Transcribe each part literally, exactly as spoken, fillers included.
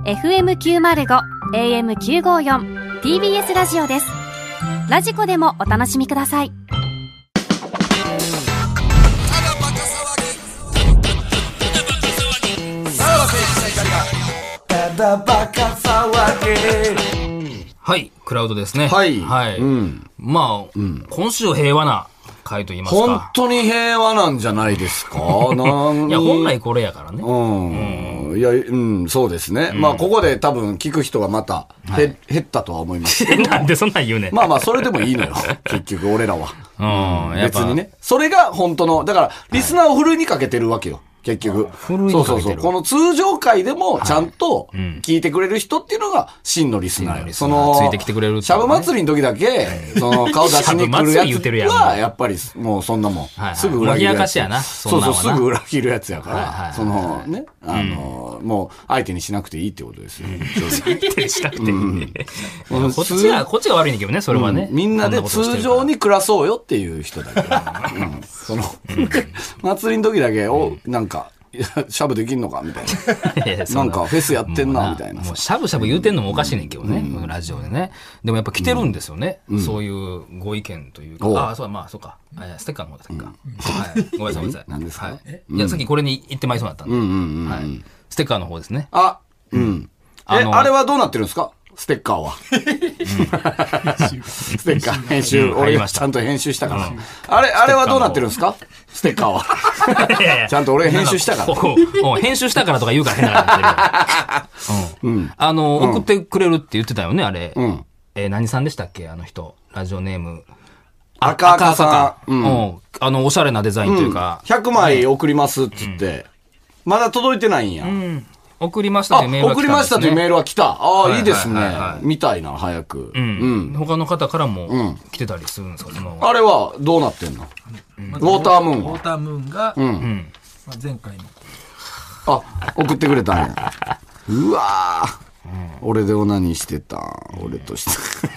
エフエムきゅうまるご エーエムきゅうごよん ティービーエス ラジオです。ラジコでもお楽しみください。 はい、クラウドですね。 はい。 はい。 うん、 まあ、うん、今週平和な回と言いますか。 本当に平和なんじゃないですか。 いや、本来これやからね。 うん。うん、いや、うん、そうですね。うん、まあ、ここで多分聞く人がまた、はい、減ったとは思いますけど。 なんでそんなん言うねん。 まあまあ、それでもいいのよ。結局、俺らは。 うん、 別にね。それが本当の、だから、リスナーをふるいにかけてるわけよ。結局。そうそうそう。この通常回でもちゃんと聞いてくれる人っていうのが真のリスナーよ。その、 ついてきてくれる。 シャブ祭りの時だけ、その顔出しに来るやつは、やっぱりもうそんなもん。すぐ裏切るやつ。そうそう、すぐ裏切るやつやから、そのね、あの、もう相手にしなくていいってことですよ。 相手にしなくていい。こっちが、こっちが悪いんだけどね、それはね。 みんなで通常に暮らそうよっていう人だけ。その、祭りの時だけ、お、なんか、いや、シャブできんのかみたいな。なんかフェスやってんなみたいな。 もうシャブシャブ言うてんのもおかしいねんけどね、うん、ラジオでね。でもやっぱ来てるんですよね、うん、そういうご意見というか。ああ、そうまあそうか。ステッカーの方だったっけか、うん。はい。ごめんなさいごめんなさい。 何ですか。はい、 いやさっきこれに言ってまいそうだったんで。うんうんうんうん、はい。ステッカーの方ですね。 あ、うん。え、あれはどうなってるんですか。ステッカーは。ステッカー編集、俺がちゃんと編集したから。あれ、あれはどうなってるんですかステッカーは。ちゃんと俺編集したから。 編集したからとか言うから変な感じだけど。あの、送ってくれるって言ってたよね、あれ。え、何さんでしたっけあの人。ラジオネーム。 赤赤さん。 うん。あの、おしゃれなデザインというか。 ひゃくまい送りますって言って。まだ届いてないんや。 送りましたというメールが来たんですね。 送りましたというメールは来た。ああ、いいですね。みたいな、早く。 うん。他の方からも来てたりするんですか、その。 あれはどうなってんの。ウォータームーンは。 ウォータームーンが、うん。前回の。 あ、送ってくれたんや。うわー。俺でオナニーしてた。俺として。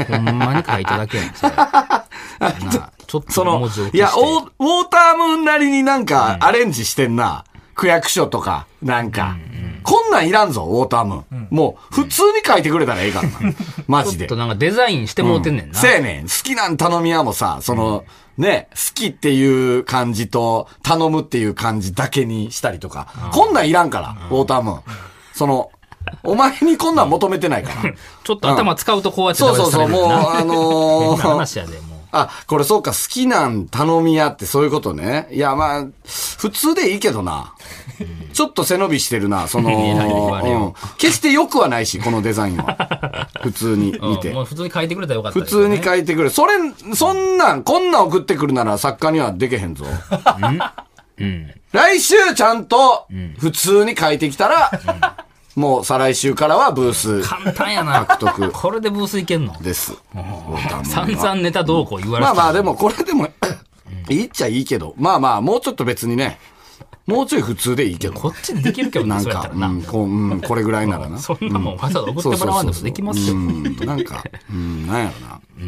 ほんまに書いただけやん、それ。ちょっと文字を。 いや、ウォータームーンなりになんかアレンジしてんな。区役所とか、なんか。こんなんいらんぞ、ウォータームーン。うん、もう、普通に書いてくれたらええからな。マジで。 ちょっとなんかデザインしてもうてんねんな。 せやねん。好きなん頼みやもさ、その、うん、ね、好きっていう感じと、頼むっていう感じだけにしたりとか。うん、こんなんいらんから、うん、ウォータームーン。その、お前にこんなん求めてないから。 ちょっと頭使うとこうやってそうそうそう、もう、あのー、 変な話やで、もう。 あ、これそうか、好きなん頼みやってそういうことね。いや、まあ、普通でいいけどな。ちょっと背伸びしてるな、その、うん、決して良くはないし、このデザインは。普通に見て。 もう普通に書いてくれたらよかった、 ね。普通に書いてくれ。それ、そんなん、こんなん送ってくるなら作家にはできへんぞ。うん、来週ちゃんと、普通に書いてきたら、うん、もう再来週からはブース。 簡単やな。獲得。これでブースいけんのです。 散々ネタどうこう言われて。 まあまあでもこれでも、いいっちゃいいけど、まあまあもうちょっと別にね、もうちょい普通でいいけど。 こっちでできるけどなんか、うん、こう、うん、これぐらいならな。 そんなもんわざわざ送ってもらわんでもできますよ。 うん、なんか、うん、なんやろな。うん、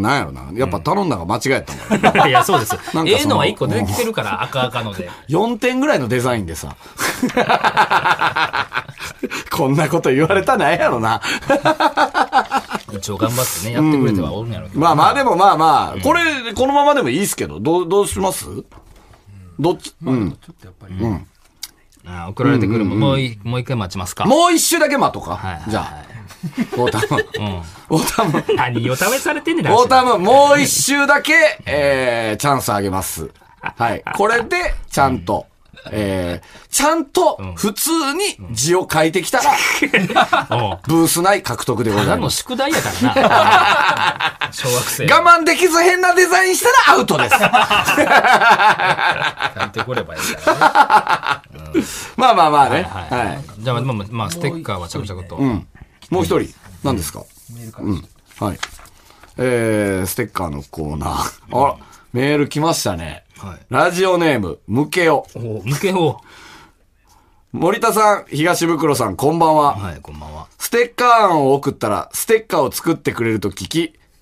なんやろな。やっぱ頼んだが間違えたもん。いや、そうです。ええのはいっこ出てきてるから、赤赤ので。 よんてんぐらいのデザインでさ。こんなこと言われたらなんやろな。 一応頑張ってね、やってくれてはおるんやろうけど。 まあまあでもまあまあ、これ、このままでもいいですけど、どう、どうしますどっち、うん。ちょっとやっぱり。うん。 ああ、送られてくるもん、もう一、もう一回待ちますか。 もう一周だけ待とうか。はい。じゃあ。ウォータームーン。ウォータームーン。 何を試されてんねん、 ウォータームーン、もう一周だけ、えー、チャンスあげます。はい。これで、ちゃんと、えー、ちゃんと、普通に字を書いてきたら、ブース内獲得でございます。 ただの宿題やからな。小学生。 我慢できず変なデザインしたらアウトです。 書いてこればいいからね。 まあまあまあね。はい。 じゃあ、まあまあ、ステッカーはちゃくちゃと。 うん。もう一人、何ですか？うん。はい。えー、ステッカーのコーナー。あら、メール来ましたね。はい、ラジオネーム、ムケオ。 おムケオ。 森田さん、東袋さん、こんばんは。 はい、こんばんは。 ステッカー案を送ったら、ステッカーを作ってくれると聞き、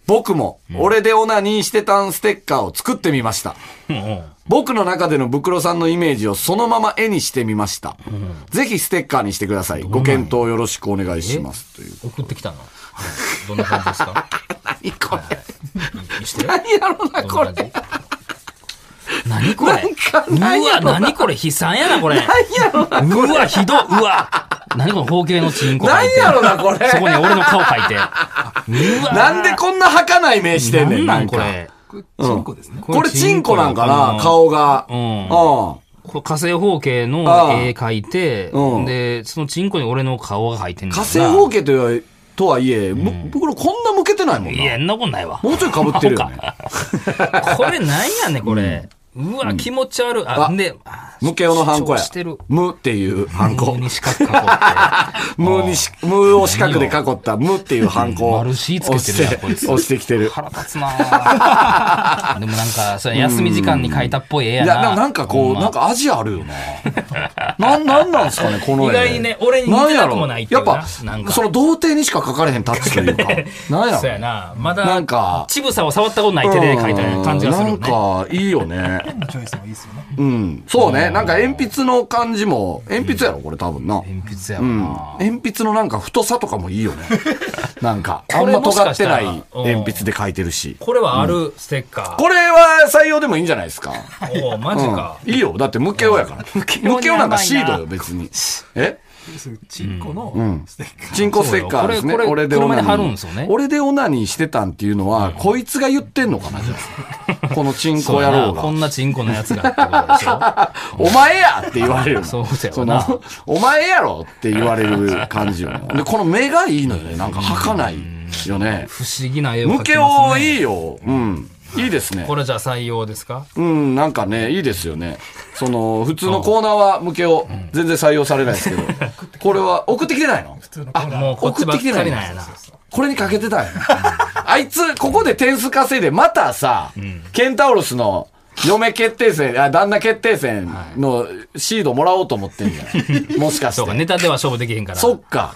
僕も、俺でオナニーしてたんステッカーを作ってみました。 うん、 僕の中でのブクロさんのイメージをそのまま絵にしてみました。うん、ぜひステッカーにしてください。ご検討よろしくお願いします。という。 送ってきたのどんな感じですか何これ、 はい、して何やろな、これ。 何これうわ、何これ悲惨やな、これ。 何やろな、 これ。うわ、ひどうわ。何この方形のチンコ書いて。 何やろな、これ。 そこに俺の顔書いて。うわ。なんでこんな儚い目してんねん、なんこれ。 これ、チンコですね。 これチンコなんかな、顔が。うん。うん。 これ火星方形の絵描いて、うん、で、そのチンコに俺の顔が描いてんねん。 火星方形というとはいえ、うん、僕らこんな向けてないもんな。 いや、そんなことないわ。 もうちょい被ってるよね。 これなんやねん、これ。うん、うわ、気持ち悪い。あ、で、 ムケオのハンコや。ムっていうハンコ。 ムに四角囲って。 ムにし、ムを四角で囲ったムっていうハンコを。 丸 C つけてるやん、こいつ。 押してきてる。 腹立つなぁ。でもなんか、それ休み時間に描いたっぽい絵やな。 いや、でもなんかこう、なんか味あるよな。なん、なんなんすかね、この絵。 意外にね、俺に似てなくもないっていうな。やっぱ、 なんかその童貞にしか描かれへんタッチというか。なんやそうやな。まだ、 なんか、 乳房を触ったことない手で描いた感じがするよね。 なんか、いいよね。うん。そうね。なんか鉛筆の感じも、鉛筆やろこれ多分な。 鉛筆やろな、うん。 鉛筆のなんか太さとかもいいよね。なんか、あんま尖ってない鉛筆で書いてるし。 これはあるステッカー。 これは採用でもいいんじゃないですか。 おお、マジか、 うん。いいよ。だってムケオやから。ムケオなんかシードよ、別に。えチンコのステッカー。 チンコステッカーですね。 これ、俺でオナニー。 俺でオナニーしてたんっていうのは、こいつが言ってんのかな、じゃあ。このチンコ野郎が。 こんなチンコのやつがってことでしょ。 お前やって言われる。 そうだよな。 お前やろって言われる感じよね。で、この目がいいのよね。なんか儚いよね。 不思議な絵を描きますね。 ムケオいいよ。うん。いいですね。 これじゃあ採用ですか？ うん、なんかね、いいですよね。その、普通のコーナーは向けを全然採用されないですけど、これは送ってきてないの？ あ、もうこっちばっかりなんやな。 これにかけてたんやあいつ、ここで点数稼いで、またさ、ケンタウロスの嫁決定戦、あ、旦那決定戦のシードもらおうと思ってんじゃん。もしかして。 そうか、ネタでは勝負できへんから。 そっか。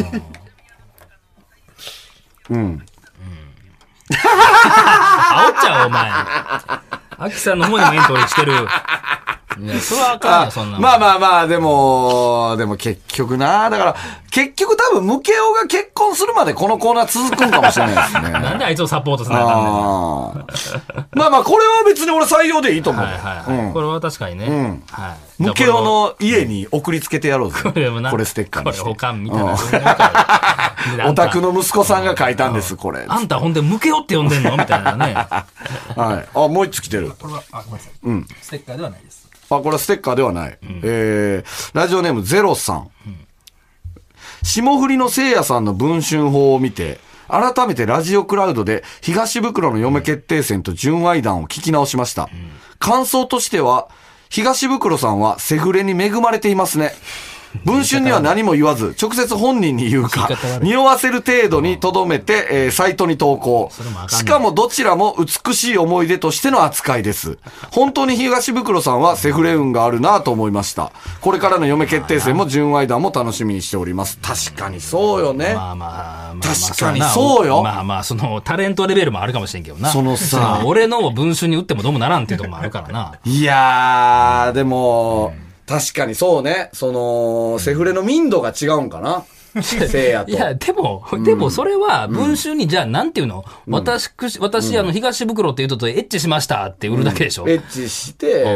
うん。 あおっちゃうお前。アキさんの方にもエントリーしてる。いや、それはあかんよ、そんな。 まあまあまあ、でも、でも結局な、だから、結局多分、ムケオが結婚するまでこのコーナー続くんかもしれないですね。 なんであいつをサポートするのかんねん。まあまあ、これは別に俺採用でいいと思う。 はいはい、はいうん、これは確かにね。うん。はい。 ムケオの家に送りつけてやろうぜ。これもな。 これステッカーにして。 これ保管みたいな。 お宅の息子さんが書いたんです、これ。 あんたほんでムケオって呼んでんのみたいなね。 はい。あ、もう一つ来てる。 これは、あ、ごめんなさい。 うん。 ステッカーではないです。 あ、これはステッカーではない。うん、えー、ラジオネームゼロさん。うん、霜降りのせいやさんの文春法を見て、改めてラジオクラウドで東袋の嫁決定戦と純愛談を聞き直しました。うん、感想としては、東袋さんはセフレに恵まれていますね。文春には何も言わず、直接本人に言うか、匂わせる程度に留めて、えー、サイトに投稿。しかもどちらも美しい思い出としての扱いです。本当に東袋さんはセフレ運があるなと思いました。これからの嫁決定戦も純愛談も楽しみにしております。確かにそうよね。 まあまあ、まあ、 確かにそうよ。 まあまあ、そのタレントレベルもあるかもしれんけどな。 そのさ、 俺の文春に打ってもどうもならんっていうところもあるからな。 いやー、でも、うん確かにそうね。その、セフレの民度が違うんかな。せいやと。 いや、でも、でもそれは、文春に、じゃあ、なんていうの、うん、私、私、あの、東袋っていうととエッチしましたって売るだけでしょ、 うん、エッチして、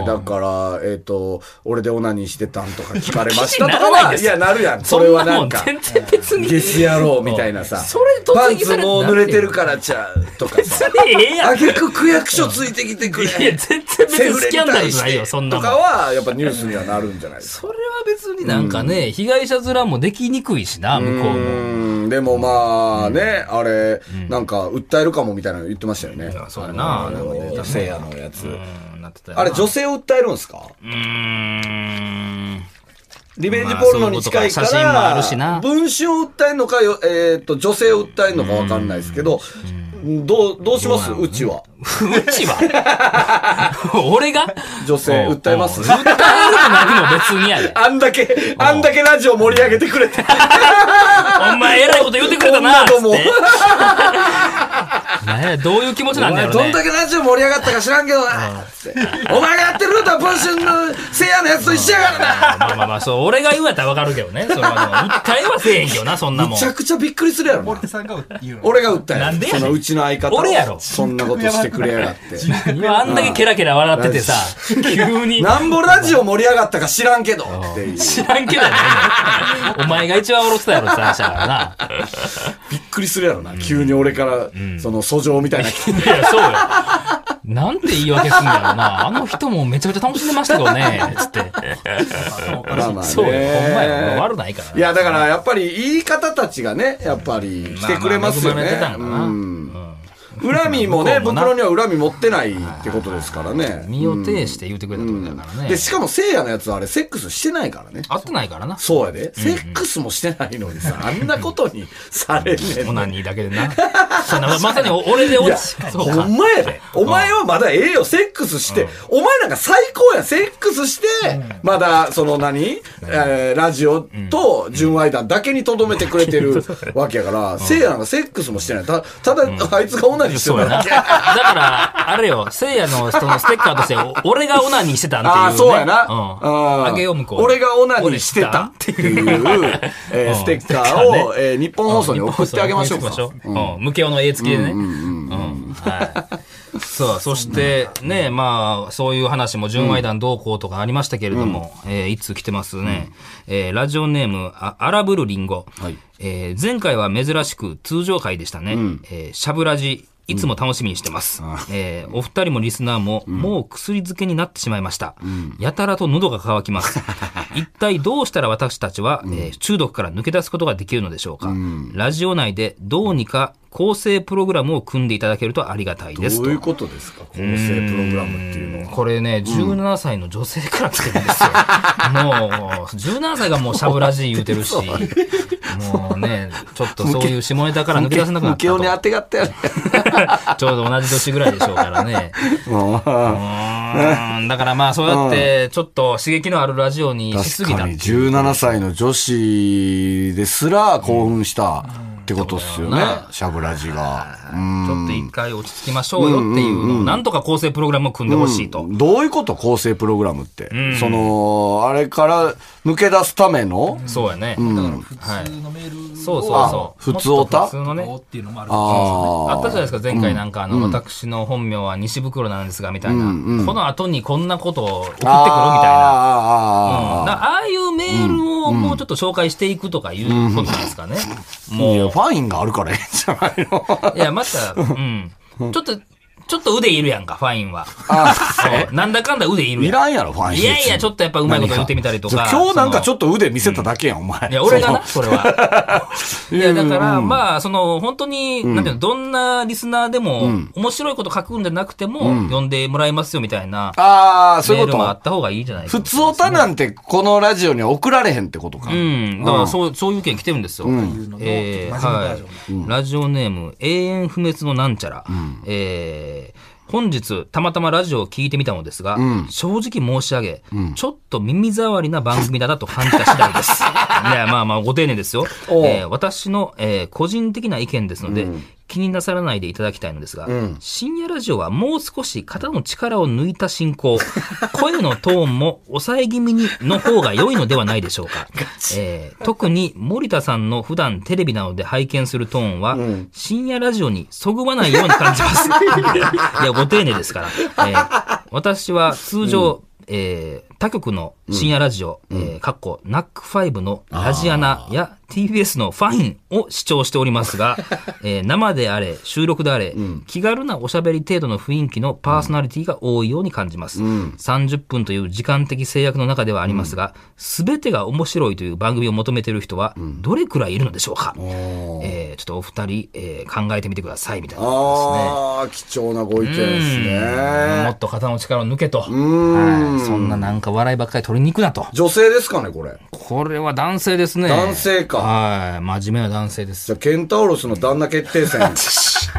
だから、えっ、ー、と、俺でオナニーしてたんとか聞かれましたとかは、いや、なるやん。それはなんか、 全然別に。 ゲス野郎みたいなさ。 それパンツもう濡れてるからちゃうとかさ。あげく区役所ついてきてくれ。 いや、全然別にスキャンダルじゃないよ、そんなもん。とかは、やっぱニュースにはなるんじゃないですか。 それは別になんかね、うん、被害者面もできにくいしな、向こうも。 うんでもまあね、うん、あれ、うん、なんか訴えるかもみたいなの言ってましたよね。 そうやな。 せいやのやつ。あれ女性を訴えるんですか？ うーん。 リベンジポルノに近いから、 写真もあるしな。 文春を訴えるのか、えっと、女性を訴えるのかわかんないですけど、どう、どうしますうちは。 うちは俺が女性訴えます訴えるも何も別にやで。 あんだけ、あんだけラジオ盛り上げてくれて。 お前偉いこと言ってくれたなーって。 ね、どういう気持ちなんだよね。 お前どんだけラジオ盛り上がったか知らんけどなってお前がやってる歌は文春のせいやのやつと一緒やからな。 まあまあまあ、そう、俺が言うやったらわかるけどね。それはでも、訴えはせえへんけどな、そんなもん。 めちゃくちゃびっくりするやろな。 森さんが言うの。 俺が訴えなんでやねんそのうちの相方を俺やろそんなことしてくれやがって今あんだけケラケラ笑っててさ、急に。 なんぼラジオ盛り上がったか知らんけどっていう知らんけどね。お前が一番笑ってたやろって話だからな。 びっくりするやろな、急に俺からその訴状みたいな来ていや、そうよ。なんて言い訳すんだろうな。あの人もめちゃめちゃ楽しんでましたけどね。つって。 まあまあねそうよ。ほんまや。悪ないから。 いやだからやっぱり言い方たちがねやっぱり来てくれますよね。 まあまあ恵まれてたのかな。 うん恨みもね、袋には恨み持ってないってことですからね。 身を挺して言うてくれたってことだからね。 で、しかも聖夜のやつはあれ、セックスしてないからね。 会ってないからな。 そうやで。セックスもしてないのにさ、あんなことにされんねん。 オナニーだけでな。そうな、まさに俺で落ち、 ほんまやで。お前はまだええよ、セックスして。お前なんか最高や、セックスして、まだ、その何えー、ラジオと純愛談だけに留めてくれてるわけやから、聖夜なんかセックスもしてない。たただ、あいつがオナニーしてるだけ。 だから、あれよ、聖夜のそのステッカーとして、俺がオナニーしてたっていう、ね。 ああ、そうやな。 うん。あげよう、向こう。 俺がオナニーしてたっていう、えー、ステッカーを、えー、日本放送に送ってあげましょうか。 うん。無形の絵付きでね。うん。はい。そう、そしてね、まあ、そういう話も純愛談どうこうとかありましたけれども、えー、いつ来てますね。えー、ラジオネーム、あ荒ぶるリンゴ。はい。えー、前回は珍しく通常回でしたね。えー、しゃぶラジ。いつも楽しみにしてます。うん、えー、お二人もリスナーも、うん、もう薬漬けになってしまいました。うん、やたらと喉が渇きます。一体どうしたら私たちは、うんえー、中毒から抜け出すことができるのでしょうか。うん、ラジオ内でどうにか構成プログラムを組んでいただけるとありがたいですと。 どういうことですか、構成プログラムっていうのは。 これね、じゅうななさいの女性から来てるんですよ。もう、じゅうななさいがもうしゃぶらじ言うてるし、もうね、ちょっとそういう下ネタから抜け出せなくなったと。 無形に当てがってやる。 ちょうど同じ年ぐらいでしょうからね。うんだからまあそうやってちょっと刺激のあるラジオにしすぎた。 確かにじゅうななさいの女子ですら興奮したってことですよね。しゃぶラジが。 ちょっと一回落ち着きましょうよっていうのをなんとか構成プログラムを組んでほしいと、 うん。どういうこと構成プログラムって。その、あれから抜け出すための、 うん、そうやね。 だから普通のメールを、はい、そうそうそう。普通オタ普通のね。 っていうのもあるああったじゃないですか、前回なんかあの、うん、私の本名は西袋なんですが、みたいな、うんうん。この後にこんなことを送ってくるみたいな。あ、うん、ああいうメールをもうちょっと紹介していくとかいうことなんですかね。 うん、もう。いや、ファインがあるからいいんじゃないの。 いや、また、うん。ちょっと、ちょっと腕いるやんか、ファインは。ああなんだかんだ腕いるやん。 いらんやろ、ファイン。 いやいや、ちょっとやっぱうまいこと言ってみたりとか。 今日なんかちょっと腕見せただけやん、お前。 いや、俺がな、それは。いや、だから、まあ、その、本当に、なんていうの、どんなリスナーでも、面白いこと書くんじゃなくても、読んでもらえますよ、みたいな。ああ、そういうこと。メールもあった方がいいじゃないですか。 普通オタなんて、このラジオに送られへんってことか。 うん。だから、そう、そういう意見来てるんですよ。えー、はい。ラジオネーム、永遠不滅のなんちゃら。えー、本日たまたまラジオを聞いてみたのですが、うん、正直申し上げ、うん、ちょっと耳障りな番組だなと感じた次第です。いやまあまあご丁寧ですよ。えー、私の、えー、個人的な意見ですので、うん、気になさらないでいただきたいのですが、うん、深夜ラジオはもう少し肩の力を抜いた進行、声のトーンも抑え気味にの方が良いのではないでしょうか。えー、特に森田さんの普段テレビなどで拝見するトーンは、うん、深夜ラジオにそぐわないように感じます。いや、ご丁寧ですから。えー、私は通常、うんえー、他局の深夜ラジオ、うん、えー、かっこナックファイブのラジアナや ティービーエス のファインを視聴しておりますが、えー、生であれ、収録であれ、うん、気軽なおしゃべり程度の雰囲気のパーソナリティが多いように感じます。うん、さんじゅっぷんという時間的制約の中ではありますが、すべてが面白いという番組を求めている人は、どれくらいいるのでしょうか。うん、えー、ちょっとお二人、えー、考えてみてくださいみたいなことですね。 ああ、貴重なご意見ですね。 もっと肩の力を抜けと。うんそんななんか笑いばっかり取りに行くなと。 女性ですかね、これ。 これは男性ですね。 男性か。 はい。真面目な男性です。 じゃあ、ケンタウロスの旦那決定戦。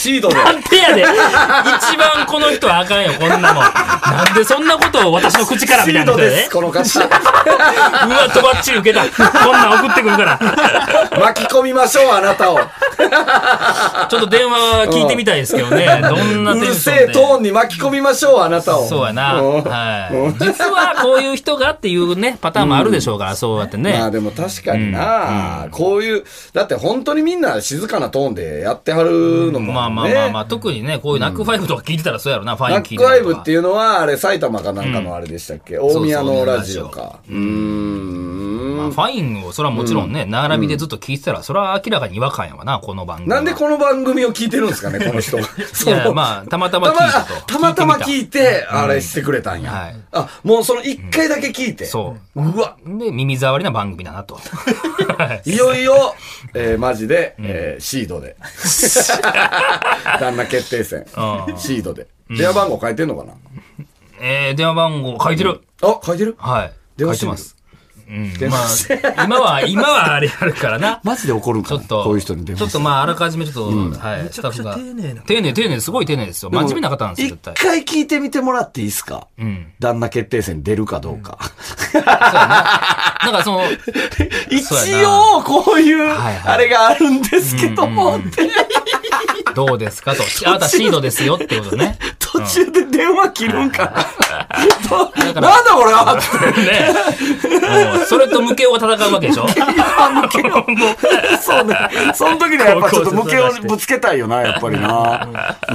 シードで。 なんでやで。一番この人はあかんよ、こんなもん。なんでそんなことを私の口からみたいな人やで。 この歌詞。うわ、 とばっちり受けた。こんなん送ってくるから。 巻き込みましょう、あなたを。 ちょっと電話聞いてみたいですけどね。どんなテンションで。うるせえトーンに巻き込みましょう、あなたを。 そうやな。はい。実はこういう人がっていうね、パターンもあるでしょうから、そうやってね。 まあでも確かにな、こういう、だって本当にみんな静かなトーンでやってはるのもね。 まあまあまあまあ、特にね、こういうナックファイブとか聞いてたらそうやろな、ファイン聞いてたナックファイブっていうのは、あれ埼玉かなんかのあれでしたっけ、大宮のラジオか。うーん。まあファインを、それはもちろんね、並びでずっと聞いてたら、それは明らかに違和感やわな、この番組。 なんでこの番組を聞いてるんですかね、この人。いや、まあ、たまたま聞いたと。 たまたま聞いて、あれしてくれたんや。あ、もうその一回だけ聞いて。 そう。 うわ。 で、耳障りな番組だなと。 いよいよ、えー、マジで、えー、シードで。旦那決定戦。シードで。電話番号書いてんのかな？ えー、電話番号書いてる。 あ、書いてる？ はい。 電話してます。 うん、まあ、今は、今はあれあるからな。 マジで怒るんかな、ちょっと。こういう人に電話ちょっとまあ、あらかじめちょっと、うん、はい。スタッフが。丁寧な。丁寧、丁寧、すごい丁寧ですよ。真面目な方なんですよ、絶対。 一回聞いてみてもらっていいですか？うん。旦那決定戦出るかどうか。うん、 そうやな。なんかその、 一応、こういう、あれがあるんですけども、って。 どうですかと。あなたシードですよってことね。 途中で電話切るんかな。なんだこれはね。それとムケオが戦うわけでしょ？ムケオも。 そうね。その時にはやっぱちょっとムケオにぶつけたいよな、やっぱりな。うん。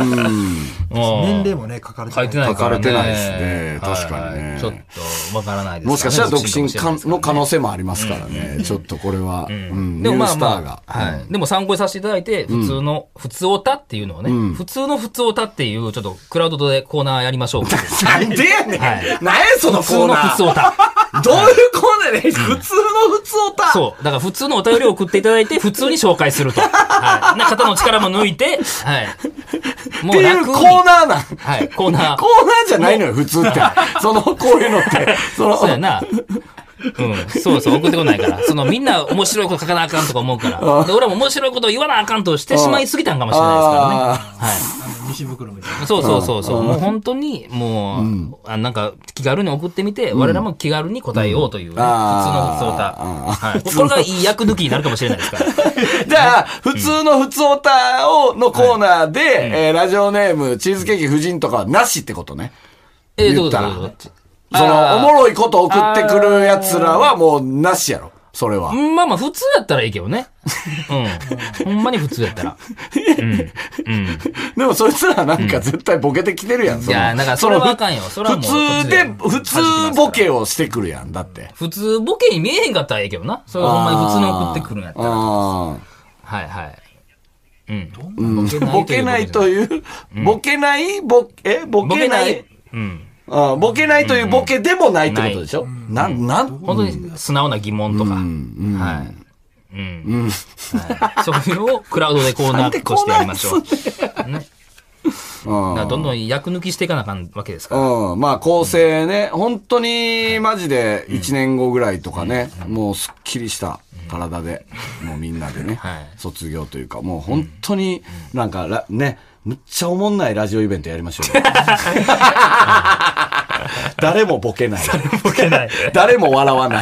年齢もね、書かれてない。 書いてないからね。 書かれてないですね。確かにね。 ちょっとわからないです。 もしかしたら独身の可能性もありますからね。ちょっとこれは。でもまあまあ、はい。でも参考にさせていただいて、普通の、普通オタっていうのをね、普通の普通オタっていう、ちょっとクラウドでコーナーやりましょう。 なんでやねん。何やそのコーナー。 普通の普通オタ。 どういうコーナーで、普通の普通オタ。 そう。だから普通のお便りを送っていただいて、普通に紹介すると。はい。な方の力も抜いて、はい。 もう楽に。っていうコーナーなん。 はい。コーナー。 コーナーじゃないのよ、普通って。その、こういうのって。 そのそうやな。うん。そうそう、送ってこないから。その、みんな面白いこと書かなあかんとか思うから。で、俺も面白いことを言わなあかんとしてしまいすぎたんかもしれないですからね。はい。 西袋みたいな。 そうそうそうそう。もう本当に、もう、うん、あなんか、気軽に送ってみて、うん、我らも気軽に答えようという、ね、うん、普通の普通オタ。はい。これがいい役抜きになるかもしれないですから。 じゃあ、普通の普通オタを、のコーナーで、はい、えー、ラジオネーム、チーズケーキ夫人とかはなしってことね。 えー、どうぞどうぞ。 その、おもろいこと送ってくる奴らはもうなしやろ。それは。 まあまあ普通やったらいいけどね。うん。ほんまに普通やったら。うん。うん。 でもそいつらなんか絶対ボケてきてるやん。 いや、だからそれはあかんよ。それはもう普通で、普通ボケをしてくるやん。だって。 普通ボケに見えへんかったらいいけどな。それはほんまに普通に送ってくるんやったら。はいはい。うん。 ボケないという、ボケない、ボケ、ボケない。うん。ああボケないというボケでもないってことでしょ、うん、なん、なん、 本当に素直な疑問とか。うんうん、はい。うん。うん、はい。そういうのをクラウドでコーナーとしてやりましょう。ね。どんどん役抜きしていかなあかんわけですから。 うん。まあ、構成ね、うん、本当にマジでいちねんごぐらいとかね、うん、もうすっきりした体で、もうみんなでね、はい、卒業というか、もう本当になんか、ね、むっちゃおもんないラジオイベントやりましょうよ。誰もボケない。 ボケない。 誰も笑わない。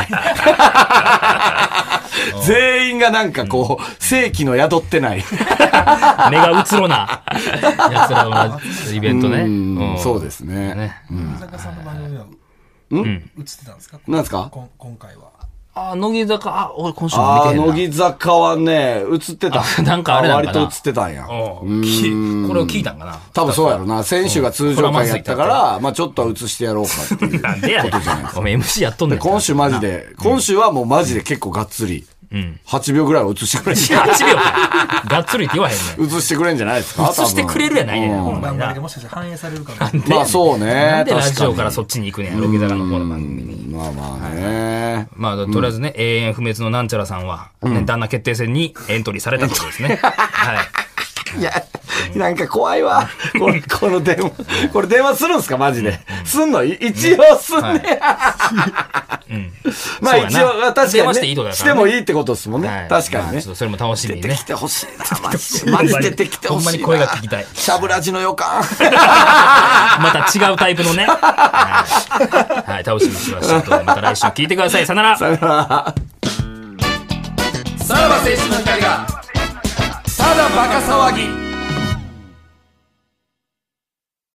全員がなんかこう、正気の宿ってない。 目がうつろな、やつらのイベントね。うん、そうですね。ね。 乃木坂さんの番組は、うん、映ってたんですか？ なんですか？ 今回は。 あ、乃木坂、あ、俺今週も見てへんな。 あ、乃木坂はね、映ってた。 なんかあれなんかな。 割と映ってたんや。 これを聞いたんかな。 多分そうやろな。選手が通常回やったから、まあちょっとは映してやろうかっていうことじゃないですか。 お前 エムシー やっとんねん。 今週マジで、今週はもうマジで結構がっつり。うん。はちびょうぐらいは映してくれんじゃないはちびょうか。がっつりって言わへんねん。映してくれんじゃないですか。 映してくれるやないねん。 ほんまに。もしかしたら反映されるかも。 まあそうね。 なんでラジオからそっちに行くねん。乃木坂の方の番組に。 まあまあね。 まあとりあえずね、永遠不滅のなんちゃらさんは、旦那決定戦にエントリーされたことですね。はい。 いや、なんか怖いわ。この、この電話。これ電話するんすかマジで。すんの一応すんね。 まあ一応、確かに、ね。 電話していいってことだから、ね。 してもいいってことですもんね。はい、確かにね。まあ、 ちょっとそれも楽しみにね。 出てきてほしいな、マジで。マジで出てきてほしいな。 ほんまに声が聞きたい。 しゃぶらじの予感。 また違うタイプのね。はい、はい、楽しみにしましょう。また来週聞いてください。さよなら。 さよなら。さらば青春の光が、ただバカ騒ぎ。